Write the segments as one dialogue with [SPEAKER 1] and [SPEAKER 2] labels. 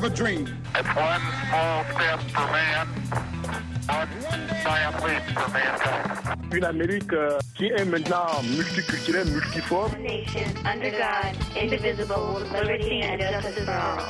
[SPEAKER 1] a dream.
[SPEAKER 2] It's one small step for man, one giant leap for mankind.
[SPEAKER 1] Une Amérique qui est maintenant multiculturelle, multiforme.
[SPEAKER 3] Nation under God, indivisible, with liberty and justice for all.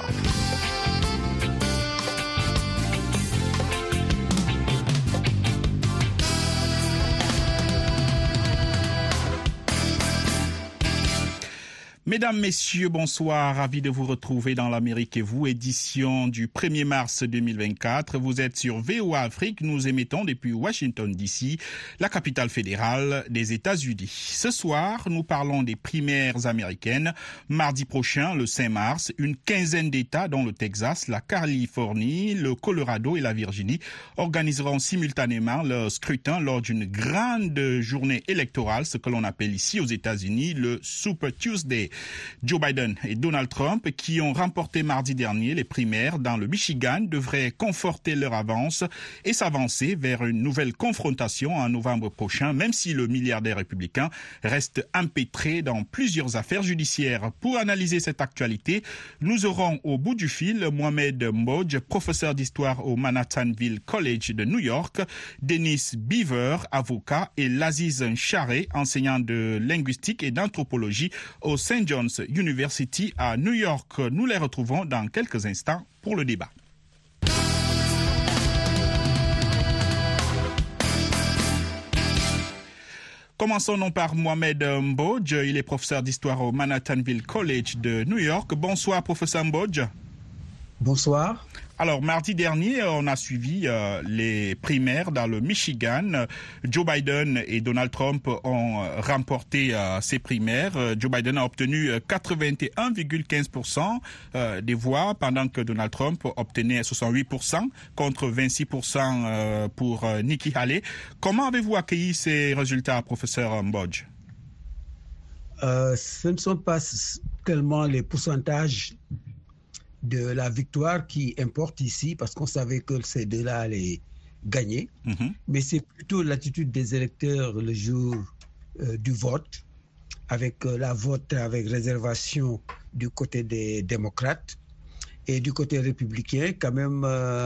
[SPEAKER 4] Mesdames, Messieurs, bonsoir. Ravi de vous retrouver dans l'Amérique et vous, édition du 1er mars 2024. Vous êtes sur VOA Afrique. Nous émettons depuis Washington, D.C., la capitale fédérale des États-Unis. Ce soir, nous parlons des primaires américaines. Mardi prochain, le 5 mars, une quinzaine d'États, dont le Texas, la Californie, le Colorado et la Virginie, organiseront simultanément leur scrutin lors d'une grande journée électorale, ce que l'on appelle ici aux États-Unis le Super Tuesday. Joe Biden et Donald Trump, qui ont remporté mardi dernier les primaires dans le Michigan, devraient conforter leur avance et s'avancer vers une nouvelle confrontation en novembre prochain, même si le milliardaire républicain reste empêtré dans plusieurs affaires judiciaires. Pour analyser cette actualité, nous aurons au bout du fil Mohamed Mbodj, professeur d'histoire au Manhattanville College de New York, Dennis Beaver, avocat, et Laziz Ncharé, enseignant de linguistique et d'anthropologie au St. John's University à New York. Nous les retrouvons dans quelques instants pour le débat. Commençons non par Mohamed Mbodj. Il est professeur d'histoire au Manhattanville College de New York. Bonsoir, professeur Mbodj.
[SPEAKER 5] Bonsoir.
[SPEAKER 4] Alors, mardi dernier, on a suivi les primaires dans le Michigan. Joe Biden et Donald Trump ont remporté ces primaires. Joe Biden a obtenu 81,15% des voix, pendant que Donald Trump obtenait 68% contre 26% pour Nikki Haley. Comment avez-vous accueilli ces résultats, professeur Mbodj?
[SPEAKER 5] Ce ne sont pas tellement les pourcentages de la victoire qui importe ici, parce qu'on savait que ces deux-là allaient gagner, mais c'est plutôt l'attitude des électeurs le jour du vote, avec la vote avec réservation du côté des démocrates et du côté républicain, quand même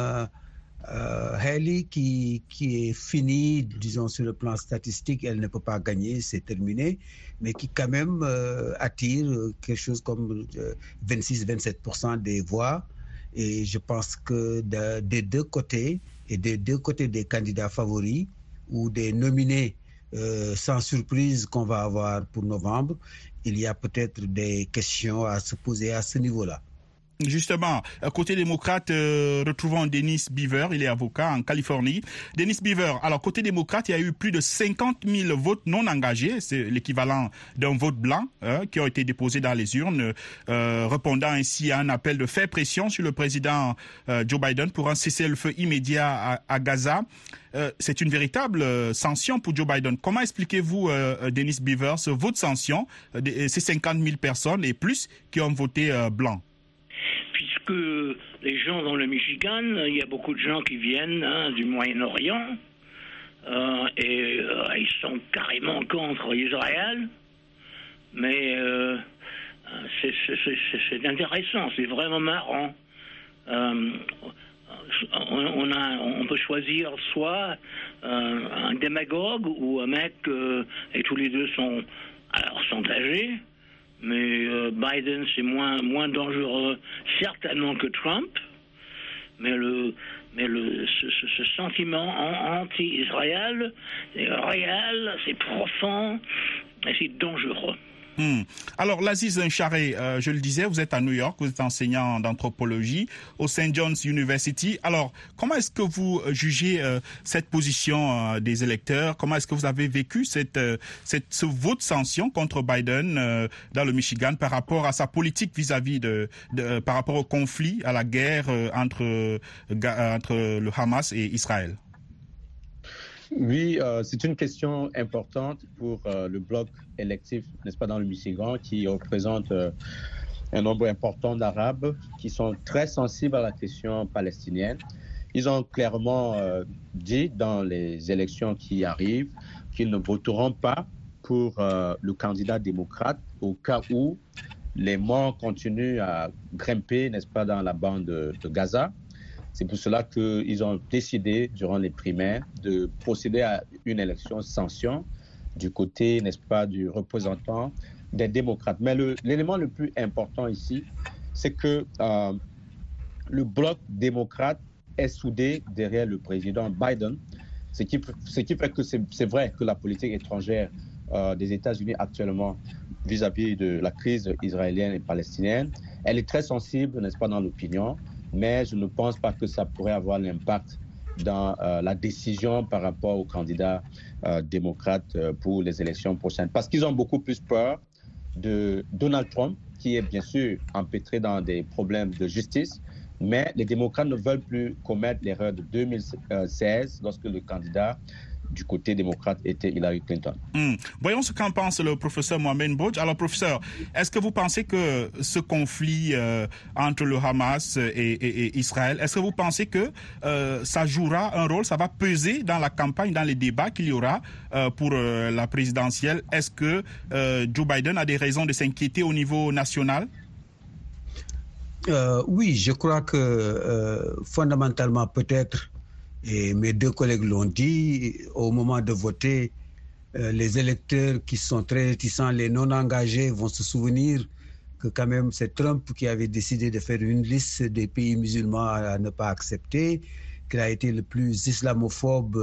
[SPEAKER 5] Haley qui est fini, disons sur le plan statistique, elle ne peut pas gagner, c'est terminé, mais qui quand même attire quelque chose comme 26-27% des voix. Et je pense que des deux côtés, et des deux côtés des candidats favoris ou des nominés sans surprise qu'on va avoir pour novembre, il y a peut-être des questions à se poser à ce niveau-là.
[SPEAKER 4] Justement, côté démocrate, retrouvons Dennis Beaver, il est avocat en Californie. Dennis Beaver, alors côté démocrate, il y a eu plus de 50 000 votes non engagés, c'est l'équivalent d'un vote blanc, qui ont été déposés dans les urnes, répondant ainsi à un appel de faire pression sur le président Joe Biden pour un cessez-le-feu immédiat à Gaza. C'est une véritable sanction pour Joe Biden. Comment expliquez-vous, Dennis Beaver, ce vote sanction, ces 50 000 personnes et plus qui ont voté blanc?
[SPEAKER 6] Puisque les gens dans le Michigan, il y a beaucoup de gens qui viennent du Moyen-Orient et ils sont carrément contre Israël, mais c'est intéressant, c'est vraiment marrant. On peut choisir soit un démagogue ou un mec, et tous les deux sont âgés. Mais Biden, c'est moins dangereux, certainement que Trump. Mais ce sentiment anti-Israël est réel, c'est profond et c'est dangereux.
[SPEAKER 4] Alors, Laziz Ncharé, je le disais, vous êtes à New York, vous êtes enseignant d'anthropologie au St. John's University. Alors, comment est-ce que vous jugez cette position des électeurs? Comment est-ce que vous avez vécu ce vote sanction contre Biden dans le Michigan par rapport à sa politique vis-à-vis par rapport au conflit, à la guerre entre le Hamas et Israël?
[SPEAKER 7] Oui, c'est une question importante pour le bloc électif, n'est-ce pas, dans le Michigan, qui représente un nombre important d'Arabes qui sont très sensibles à la question palestinienne. Ils ont clairement dit dans les élections qui arrivent qu'ils ne voteront pas pour le candidat démocrate au cas où les morts continuent à grimper, n'est-ce pas, dans la bande de Gaza. C'est pour cela qu'ils ont décidé, durant les primaires, de procéder à une élection sanction du côté, n'est-ce pas, du représentant des démocrates. Mais l'élément le plus important ici, c'est que le bloc démocrate est soudé derrière le président Biden, ce qui fait que c'est vrai que la politique étrangère des États-Unis actuellement vis-à-vis de la crise israélienne et palestinienne, elle est très sensible, n'est-ce pas, dans l'opinion, mais je ne pense pas que ça pourrait avoir l'impact dans la décision par rapport aux candidats démocrates pour les élections prochaines. Parce qu'ils ont beaucoup plus peur de Donald Trump, qui est bien sûr empêtré dans des problèmes de justice, mais les démocrates ne veulent plus commettre l'erreur de 2016 lorsque le candidat du côté démocrate était Hillary Clinton.
[SPEAKER 4] Voyons ce qu'en pense le professeur Mohamed Mbodj. Alors, professeur, est-ce que vous pensez que ce conflit entre le Hamas et Israël, est-ce que vous pensez que ça jouera un rôle, ça va peser dans la campagne, dans les débats qu'il y aura pour la présidentielle? Est-ce que Joe Biden a des raisons de s'inquiéter au niveau national?
[SPEAKER 5] Oui, je crois que fondamentalement, peut-être, et mes deux collègues l'ont dit, au moment de voter, les électeurs qui sont très réticents, les non-engagés, vont se souvenir que quand même c'est Trump qui avait décidé de faire une liste des pays musulmans à ne pas accepter, qu'il a été le plus islamophobe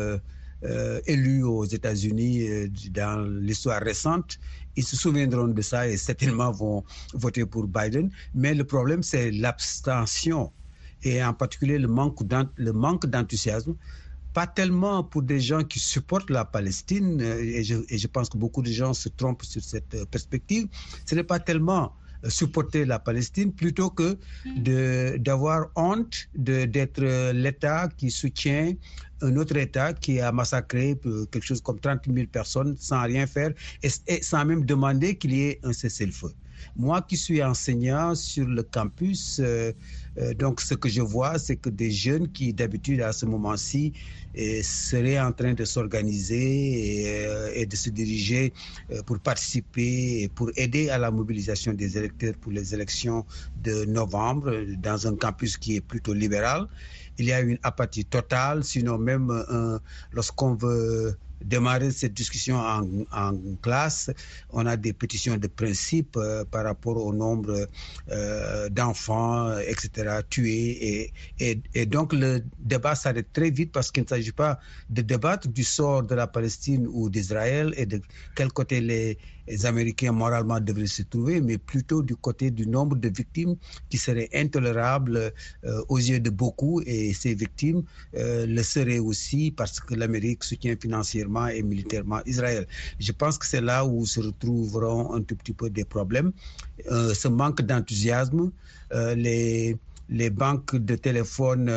[SPEAKER 5] élu aux États-Unis dans l'histoire récente. Ils se souviendront de ça et certainement vont voter pour Biden. Mais le problème, c'est l'abstention et en particulier le manque d'enthousiasme. Pas tellement pour des gens qui supportent la Palestine, et je pense que beaucoup de gens se trompent sur cette perspective. Ce n'est pas tellement supporter la Palestine, plutôt que d'avoir honte d'être l'État qui soutient un autre État qui a massacré quelque chose comme 30 000 personnes sans rien faire et sans même demander qu'il y ait un cessez-le-feu. Moi qui suis enseignant sur le campus, donc ce que je vois, c'est que des jeunes qui d'habitude à ce moment-ci seraient en train de s'organiser et de se diriger pour participer et pour aider à la mobilisation des électeurs pour les élections de novembre dans un campus qui est plutôt libéral. Il y a une apathie totale, sinon même lorsqu'on veut démarrer cette discussion en classe, on a des pétitions de principe par rapport au nombre d'enfants, etc., tués. Et donc le débat s'arrête très vite parce qu'il ne s'agit pas de débattre du sort de la Palestine ou d'Israël et de quel côté les Américains moralement devraient se trouver, mais plutôt du côté du nombre de victimes qui seraient intolérables aux yeux de beaucoup, et ces victimes le seraient aussi parce que l'Amérique soutient financièrement et militairement Israël. Je pense que c'est là où se retrouveront un tout petit peu des problèmes. Ce manque d'enthousiasme, les banques de téléphone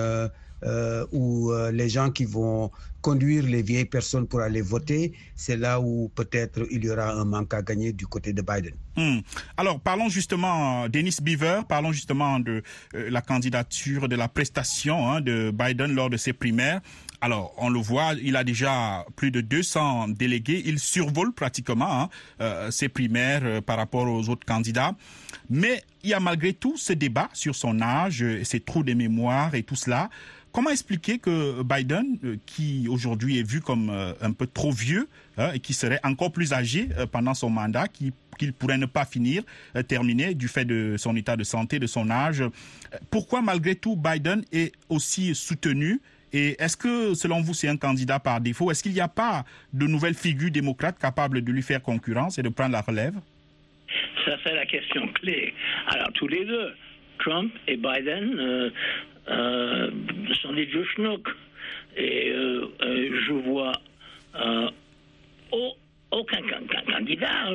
[SPEAKER 5] ou les gens qui vont conduire les vieilles personnes pour aller voter, c'est là où peut-être il y aura un manque à gagner du côté de Biden.
[SPEAKER 4] Alors, parlons justement, Dennis Beaver, parlons justement de la candidature, de la prestation de Biden lors de ses primaires. Alors, on le voit, il a déjà plus de 200 délégués. Il survole pratiquement ses primaires par rapport aux autres candidats. Mais il y a malgré tout ce débat sur son âge, ses trous de mémoire et tout cela. Comment expliquer que Biden, qui aujourd'hui est vu comme un peu trop vieux et qui serait encore plus âgé pendant son mandat, qu'il pourrait ne pas terminer du fait de son état de santé, de son âge, pourquoi malgré tout Biden est aussi soutenu? Et est-ce que, selon vous, c'est un candidat par défaut? Est-ce qu'il n'y a pas de nouvelles figures démocrates capables de lui faire concurrence et de prendre la relève?
[SPEAKER 6] Ça, c'est la question clé. Alors, tous les deux, Trump et Biden, sont des vieux schnocks. Et je vois aucun candidat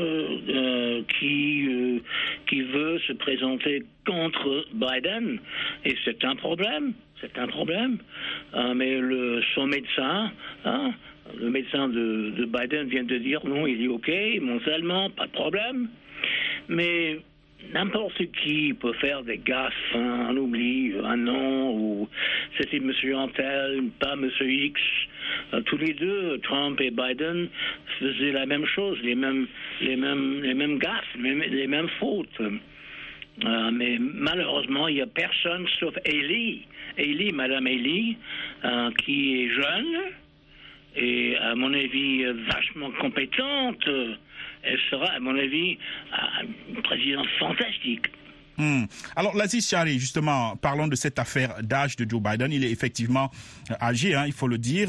[SPEAKER 6] qui veut se présenter contre Biden. Et c'est un problème. Mais son médecin, le médecin de Biden vient de dire non, il est OK, mon allemand, pas de problème. Mais n'importe qui peut faire des gaffes, hein, on oublie un nom, ou c'était monsieur Antel, pas monsieur X. Tous les deux, Trump et Biden, faisaient la même chose, les mêmes gaffes, les mêmes fautes. Mais malheureusement, il n'y a personne sauf Madame Haley, qui est jeune et, à mon avis, vachement compétente. Elle sera, à mon avis, une présidente fantastique.
[SPEAKER 4] Alors, l'Aziz Chari, justement, parlons de cette affaire d'âge de Joe Biden. Il est effectivement âgé, hein, il faut le dire,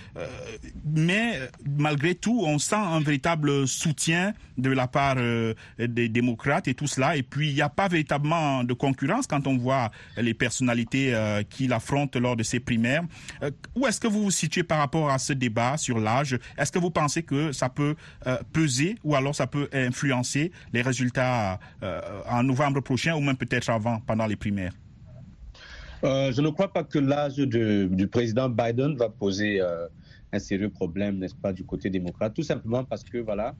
[SPEAKER 4] mais malgré tout, on sent un véritable soutien de la part des démocrates et tout cela. Et puis, il n'y a pas véritablement de concurrence quand on voit les personnalités qui l'affrontent lors de ces primaires. Où est-ce que vous vous situez par rapport à ce débat sur l'âge? Est-ce que vous pensez que ça peut peser ou alors ça peut influencer les résultats en novembre prochain ou même peut-être avant, pendant les primaires?
[SPEAKER 7] Je ne crois pas que l'âge du président Biden va poser un sérieux problème, n'est-ce pas, du côté démocrate, tout simplement parce que, voilà,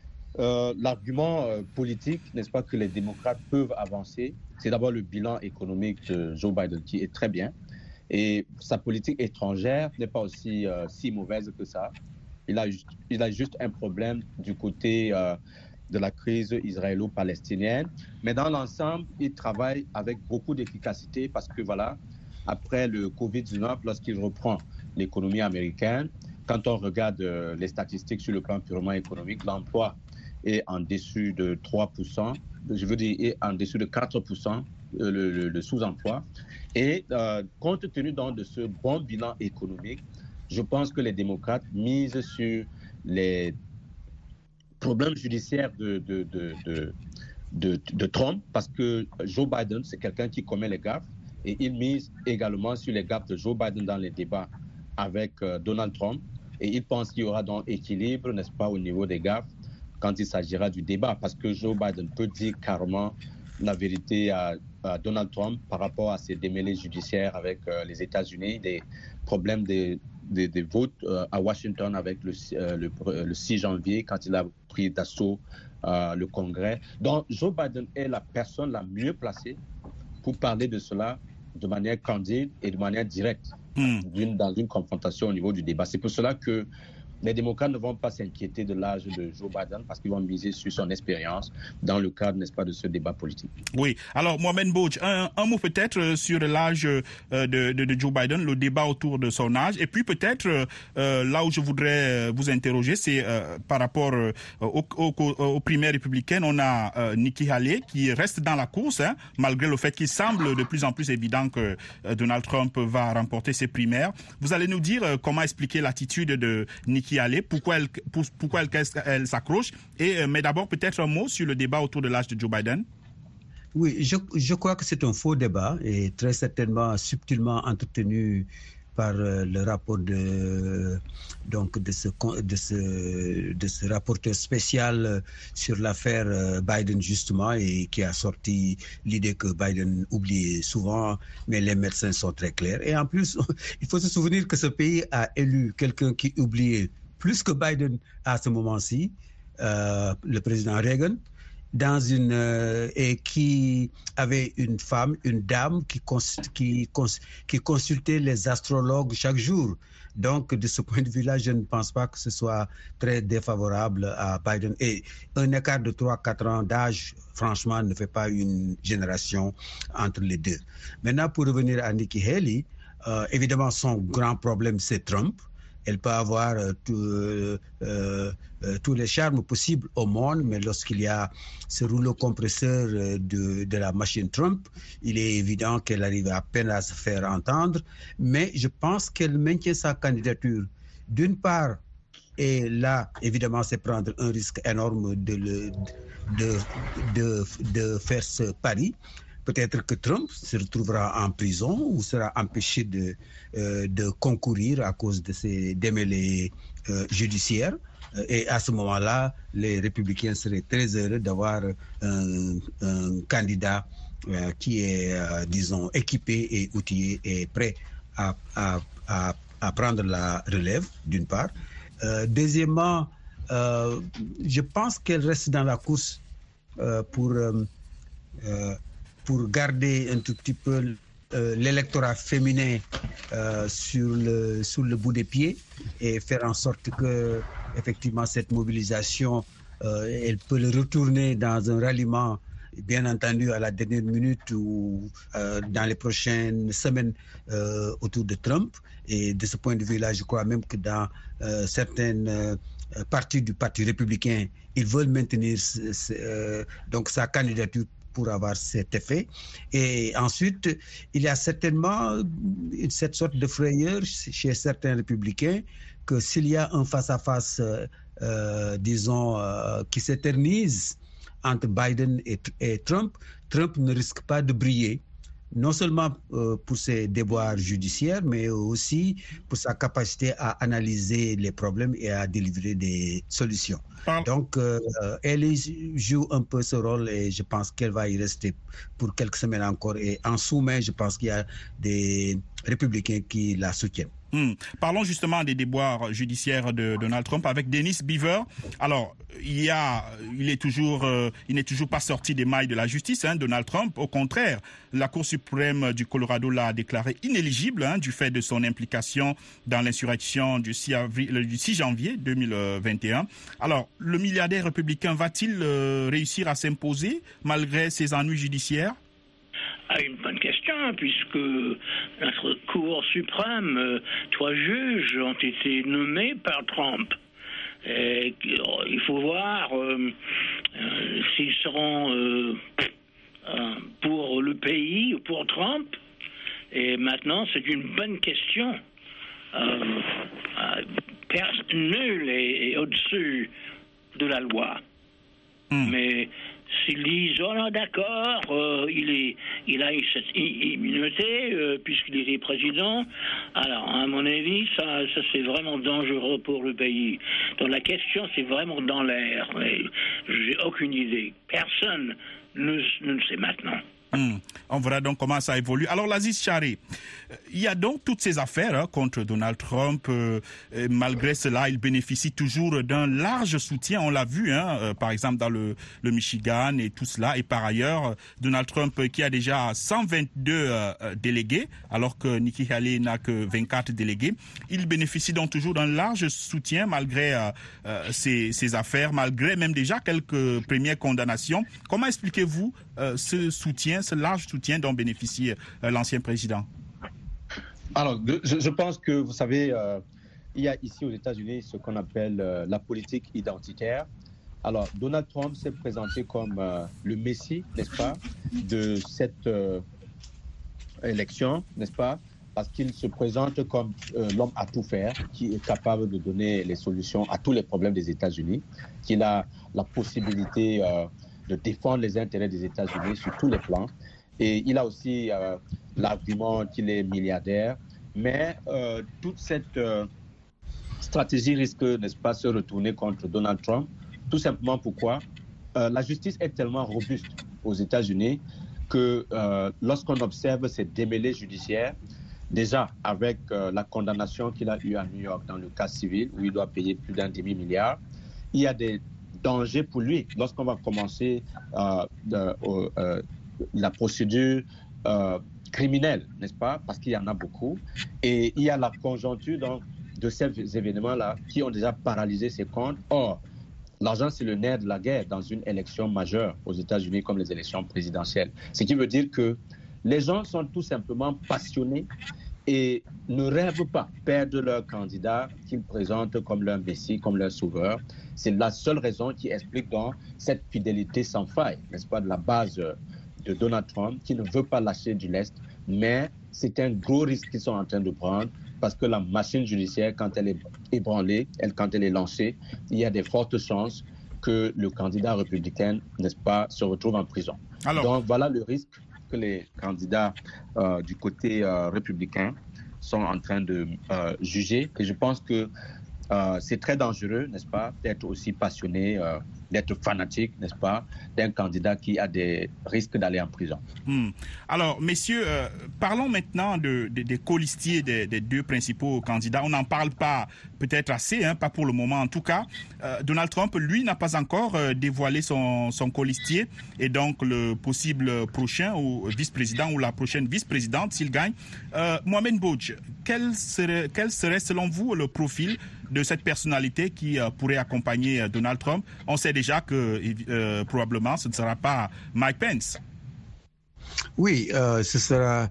[SPEAKER 7] l'argument politique, n'est-ce pas, que les démocrates peuvent avancer, c'est d'abord le bilan économique de Joe Biden, qui est très bien, et sa politique étrangère n'est pas aussi si mauvaise que ça. Il a juste un problème du côté de la crise israélo-palestinienne. Mais dans l'ensemble, il travaille avec beaucoup d'efficacité parce que, voilà, après le Covid-19, lorsqu'il reprend l'économie américaine, quand on regarde les statistiques sur le plan purement économique, l'emploi est en dessous de 3%, je veux dire, est en dessous de 4%, le sous-emploi. Et compte tenu donc de ce bon bilan économique, je pense que les démocrates misent sur les problème judiciaire de Trump, parce que Joe Biden, c'est quelqu'un qui commet les gaffes, et il mise également sur les gaffes de Joe Biden dans les débats avec Donald Trump, et il pense qu'il y aura donc équilibre, n'est-ce pas, au niveau des gaffes, quand il s'agira du débat, parce que Joe Biden peut dire carrément la vérité à Donald Trump par rapport à ses démêlés judiciaires avec les États-Unis, des problèmes des votes à Washington avec le 6 janvier, quand il a pris d'assaut le Congrès. Donc, Joe Biden est la personne la mieux placée pour parler de cela de manière candide et de manière directe dans une confrontation au niveau du débat. C'est pour cela que les démocrates ne vont pas s'inquiéter de l'âge de Joe Biden parce qu'ils vont miser sur son expérience dans le cadre, n'est-ce pas, de ce débat politique.
[SPEAKER 4] Oui. Alors, Mohamed Mbodj, un mot peut-être sur l'âge de Joe Biden, le débat autour de son âge. Et puis peut-être, là où je voudrais vous interroger, c'est par rapport aux primaires républicaines. On a Nikki Haley qui reste dans la course, hein, malgré le fait qu'il semble de plus en plus évident que Donald Trump va remporter ses primaires. Vous allez nous dire comment expliquer l'attitude de Nikki Haley, pourquoi elle s'accroche, mais d'abord peut-être un mot sur le débat autour de l'âge de Joe Biden.
[SPEAKER 5] Oui, je crois que c'est un faux débat et très certainement subtilement entretenu par le rapport de ce rapporteur spécial sur l'affaire Biden justement, et qui a sorti l'idée que Biden oubliait souvent, mais les médecins sont très clairs. Et en plus, il faut se souvenir que ce pays a élu quelqu'un qui oubliait plus que Biden à ce moment-ci, le président Reagan, et qui avait une femme, une dame qui consultait les astrologues chaque jour. Donc, de ce point de vue-là, je ne pense pas que ce soit très défavorable à Biden. Et un écart de 3-4 ans d'âge, franchement, ne fait pas une génération entre les deux. Maintenant, pour revenir à Nikki Haley, évidemment, son grand problème, c'est Trump. Elle peut avoir tous les charmes possibles au monde, mais lorsqu'il y a ce rouleau compresseur de la machine Trump, il est évident qu'elle arrive à peine à se faire entendre. Mais je pense qu'elle maintient sa candidature. D'une part, et là, évidemment, c'est prendre un risque énorme de faire ce pari. Peut-être que Trump se retrouvera en prison ou sera empêché de concourir à cause de ses démêlés judiciaires. Et à ce moment-là, les républicains seraient très heureux d'avoir un candidat qui est, disons, équipé et outillé et prêt à prendre la relève, d'une part. Deuxièmement, je pense qu'elle reste dans la course pour pour garder un tout petit peu l'électorat féminin sur le bout des pieds et faire en sorte que effectivement cette mobilisation elle peut le retourner dans un ralliement, bien entendu à la dernière minute ou dans les prochaines semaines autour de Trump. Et de ce point de vue-là, je crois même que dans certaines parties du Parti républicain, ils veulent maintenir donc sa candidature pour avoir cet effet. Et ensuite, il y a certainement cette sorte de frayeur chez certains républicains que s'il y a un face-à-face, disons, qui s'éternise entre Biden et Trump, Trump ne risque pas de briller, non seulement pour ses déboires judiciaires, mais aussi pour sa capacité à analyser les problèmes et à délivrer des solutions. Donc, elle joue un peu ce rôle et je pense qu'elle va y rester pour quelques semaines encore. Et en sous-main, je pense qu'il y a des républicains qui la soutiennent.
[SPEAKER 4] Parlons justement des déboires judiciaires de Donald Trump avec Dennis Beaver. Alors, il n'est toujours pas sorti des mailles de la justice, Donald Trump. Au contraire, la Cour suprême du Colorado l'a déclaré inéligible du fait de son implication dans l'insurrection du 6 janvier 2021. Alors, le milliardaire républicain va-t-il réussir à s'imposer malgré ses ennuis judiciaires?
[SPEAKER 6] Une bonne question, puisque notre Cour suprême, 3 juges ont été nommés par Trump. Et il faut voir s'ils seront pour le pays ou pour Trump. Et maintenant, c'est une bonne question. Nul est au-dessus de la loi. Mais s'ils disent oh non d'accord, il a eu cette immunité puisqu'il était président, alors à mon avis ça c'est vraiment dangereux pour le pays. Donc la question c'est vraiment dans l'air, mais j'ai aucune idée. Personne ne le sait maintenant.
[SPEAKER 4] On verra donc comment ça évolue. Alors, Laziz Charé, il y a donc toutes ces affaires contre Donald Trump. Malgré cela, il bénéficie toujours d'un large soutien. On l'a vu, par exemple, dans le Michigan et tout cela. Et par ailleurs, Donald Trump qui a déjà 122 délégués, alors que Nikki Haley n'a que 24 délégués. Il bénéficie donc toujours d'un large soutien malgré ces affaires, malgré même déjà quelques premières condamnations. Comment expliquez-vous ce large soutien dont bénéficie l'ancien président?
[SPEAKER 7] Alors, je pense que, vous savez, il y a ici aux États-Unis ce qu'on appelle la politique identitaire. Alors, Donald Trump s'est présenté comme le messie, n'est-ce pas, de cette élection, n'est-ce pas, parce qu'il se présente comme l'homme à tout faire, qui est capable de donner les solutions à tous les problèmes des États-Unis, qu'il a la possibilité de défendre les intérêts des États-Unis sur tous les plans. Et il a aussi l'argument qu'il est milliardaire. Mais toute cette stratégie risque, n'est-ce pas, de se retourner contre Donald Trump. Tout simplement pourquoi la justice est tellement robuste aux États-Unis que lorsqu'on observe ces démêlés judiciaires, déjà avec la condamnation qu'il a eue à New York dans le cas civil, où il doit payer plus d'un demi-milliard, il y a des danger pour lui lorsqu'on va commencer la procédure criminelle, n'est-ce pas? Parce qu'il y en a beaucoup. Et il y a la conjoncture donc, de ces événements-là qui ont déjà paralysé ses comptes. Or, l'argent, c'est le nerf de la guerre dans une élection majeure aux États-Unis comme les élections présidentielles. Ce qui veut dire que les gens sont tout simplement passionnés et ne rêvent pas perdre leur candidat qu'ils présentent comme leur messie, comme leur sauveur. C'est la seule raison qui explique donc cette fidélité sans faille, n'est-ce pas, de la base de Donald Trump, qui ne veut pas lâcher du lest, mais c'est un gros risque qu'ils sont en train de prendre parce que la machine judiciaire, quand elle est ébranlée, quand elle est lancée, il y a des fortes chances que le candidat républicain, n'est-ce pas, se retrouve en prison. Alors, donc voilà le risque que les candidats du côté républicain sont en train de juger. Et je pense que c'est très dangereux, n'est-ce pas, d'être aussi passionné, d'être fanatique, n'est-ce pas, d'un candidat qui a des risques d'aller en prison.
[SPEAKER 4] Alors, messieurs, parlons maintenant des colistiers des deux principaux candidats. On n'en parle pas peut-être assez, pas pour le moment en tout cas. Donald Trump, lui, n'a pas encore dévoilé son colistier et donc le possible prochain ou vice-président ou la prochaine vice-présidente s'il gagne. Mohamed Bouch, quel serait selon vous le profil de cette personnalité qui pourrait accompagner Donald Trump? On sait déjà que probablement ce ne sera pas Mike Pence.
[SPEAKER 5] Oui, ce serait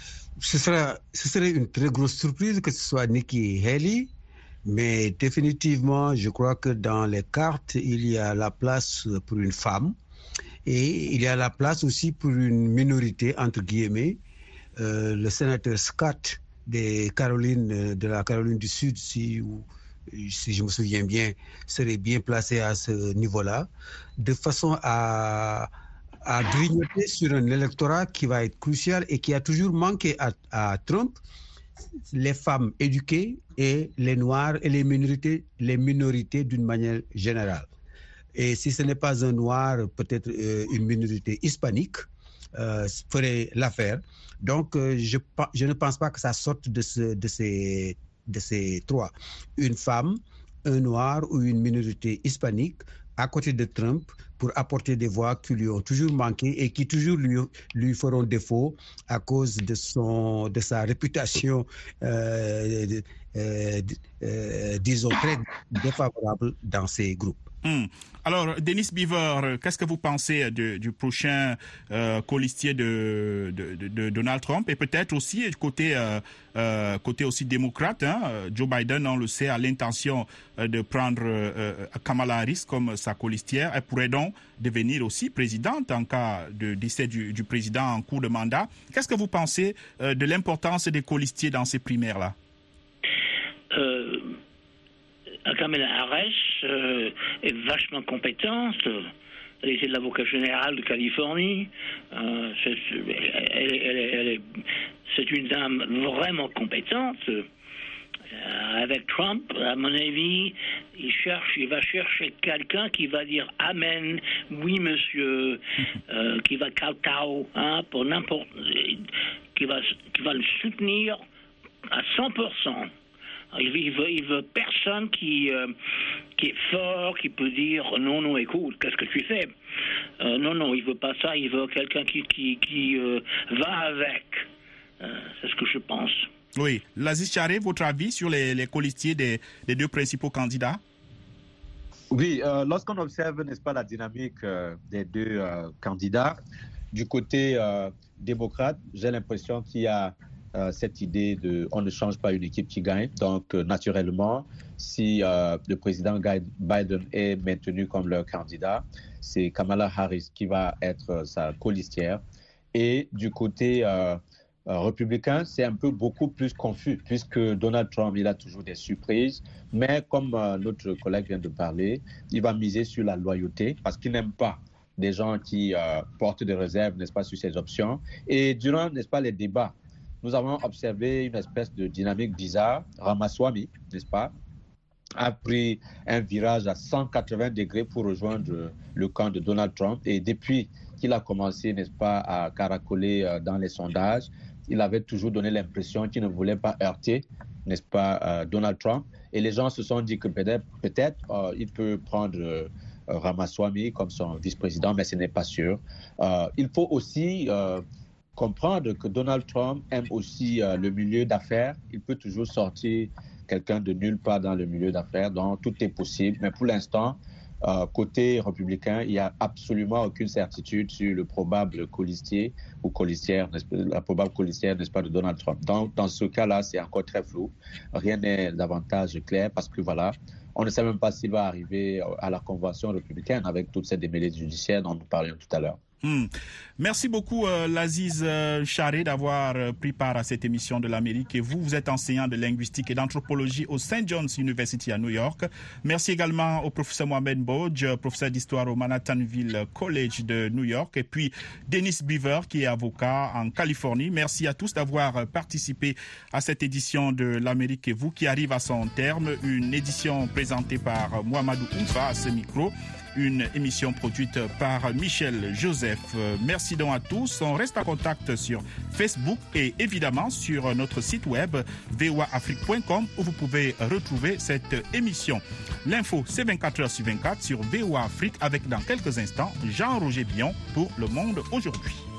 [SPEAKER 5] une très grosse surprise que ce soit Nikki Haley, mais définitivement, je crois que dans les cartes, il y a la place pour une femme et il y a la place aussi pour une minorité, entre guillemets. Le sénateur Scott de la Caroline du Sud, si je me souviens bien, serait bien placé à ce niveau-là, de façon à grignoter sur un électorat qui va être crucial et qui a toujours manqué à Trump, les femmes éduquées et les Noirs et les minorités d'une manière générale. Et si ce n'est pas un Noir, peut-être une minorité hispanique ferait l'affaire. Donc, je ne pense pas que ça sorte de ces trois. Une femme, un Noir ou une minorité hispanique à côté de Trump pour apporter des voix qui lui ont toujours manqué et qui toujours lui feront défaut à cause de sa réputation, disons, très défavorable dans ces groupes.
[SPEAKER 4] Alors, Denis Beaver, qu'est-ce que vous pensez du prochain colistier de Donald Trump et peut-être aussi côté aussi démocrate, Joe Biden, on le sait, a l'intention de prendre Kamala Harris comme sa colistière. Elle pourrait donc devenir aussi présidente en cas de décès du président en cours de mandat. Qu'est-ce que vous pensez de l'importance des colistiers dans ces primaires-là?
[SPEAKER 6] Kamala Harris est vachement compétente. Elle était l'avocat général de Californie. C'est une dame vraiment compétente. Avec Trump, à mon avis, il va chercher quelqu'un qui va dire amen, oui monsieur, qui va kowtow, pour n'importe, qui va le soutenir à 100%. Il veut personne qui est fort, qui peut dire non, écoute, qu'est-ce que tu fais? Non, il veut pas ça. Il veut quelqu'un qui va avec. C'est ce que je pense.
[SPEAKER 4] Oui. Laziz Charé, votre avis sur les colistiers des deux principaux candidats?
[SPEAKER 7] Oui, lorsqu'on observe, n'est-ce pas, la dynamique des deux candidats, du côté démocrate, j'ai l'impression qu'il y a cette idée de on ne change pas une équipe qui gagne. Donc, naturellement, si le président Biden est maintenu comme leur candidat, c'est Kamala Harris qui va être sa colistière. Et du côté républicain, c'est beaucoup plus confus, puisque Donald Trump, il a toujours des surprises. Mais comme notre collègue vient de parler, il va miser sur la loyauté, parce qu'il n'aime pas des gens qui portent des réserves, n'est-ce pas, sur ces options. Et durant, n'est-ce pas, les débats, nous avons observé une espèce de dynamique bizarre. Ramaswamy, n'est-ce pas, a pris un virage à 180 degrés pour rejoindre le camp de Donald Trump. Et depuis qu'il a commencé, n'est-ce pas, à caracoler dans les sondages, il avait toujours donné l'impression qu'il ne voulait pas heurter, n'est-ce pas, Donald Trump. Et les gens se sont dit que peut-être il peut prendre Ramaswamy comme son vice-président, mais ce n'est pas sûr. Il faut aussi comprendre que Donald Trump aime aussi le milieu d'affaires. Il peut toujours sortir quelqu'un de nulle part dans le milieu d'affaires, donc tout est possible. Mais pour l'instant, côté républicain, il n'y a absolument aucune certitude sur le probable colistier ou colistière, la probable colistière, n'est-ce pas, de Donald Trump. Donc, dans ce cas-là, c'est encore très flou. Rien n'est davantage clair parce que, voilà, On ne sait même pas s'il va arriver à la convention républicaine avec toutes ces démêlés judiciaires dont nous parlions tout à l'heure.
[SPEAKER 4] Merci beaucoup Laziz Charé d'avoir pris part à cette émission de l'Amérique. Et vous êtes enseignant de linguistique et d'anthropologie au St. John's University à New York. Merci également au professeur Mohamed Bodj, professeur d'histoire au Manhattanville College de New York. Et puis Dennis Beaver qui est avocat en Californie. Merci à tous d'avoir participé à cette édition de l'Amérique et vous qui arrive à son terme. Une édition présentée par Mohamedou Oumfa à ce micro. Une émission produite par Michel Joseph. Merci donc à tous. On reste en contact sur Facebook et évidemment sur notre site web voaafrique.com où vous pouvez retrouver cette émission. L'info, c'est 24 heures sur 24 sur VOA Afrique avec dans quelques instants Jean-Roger Bion pour Le Monde aujourd'hui.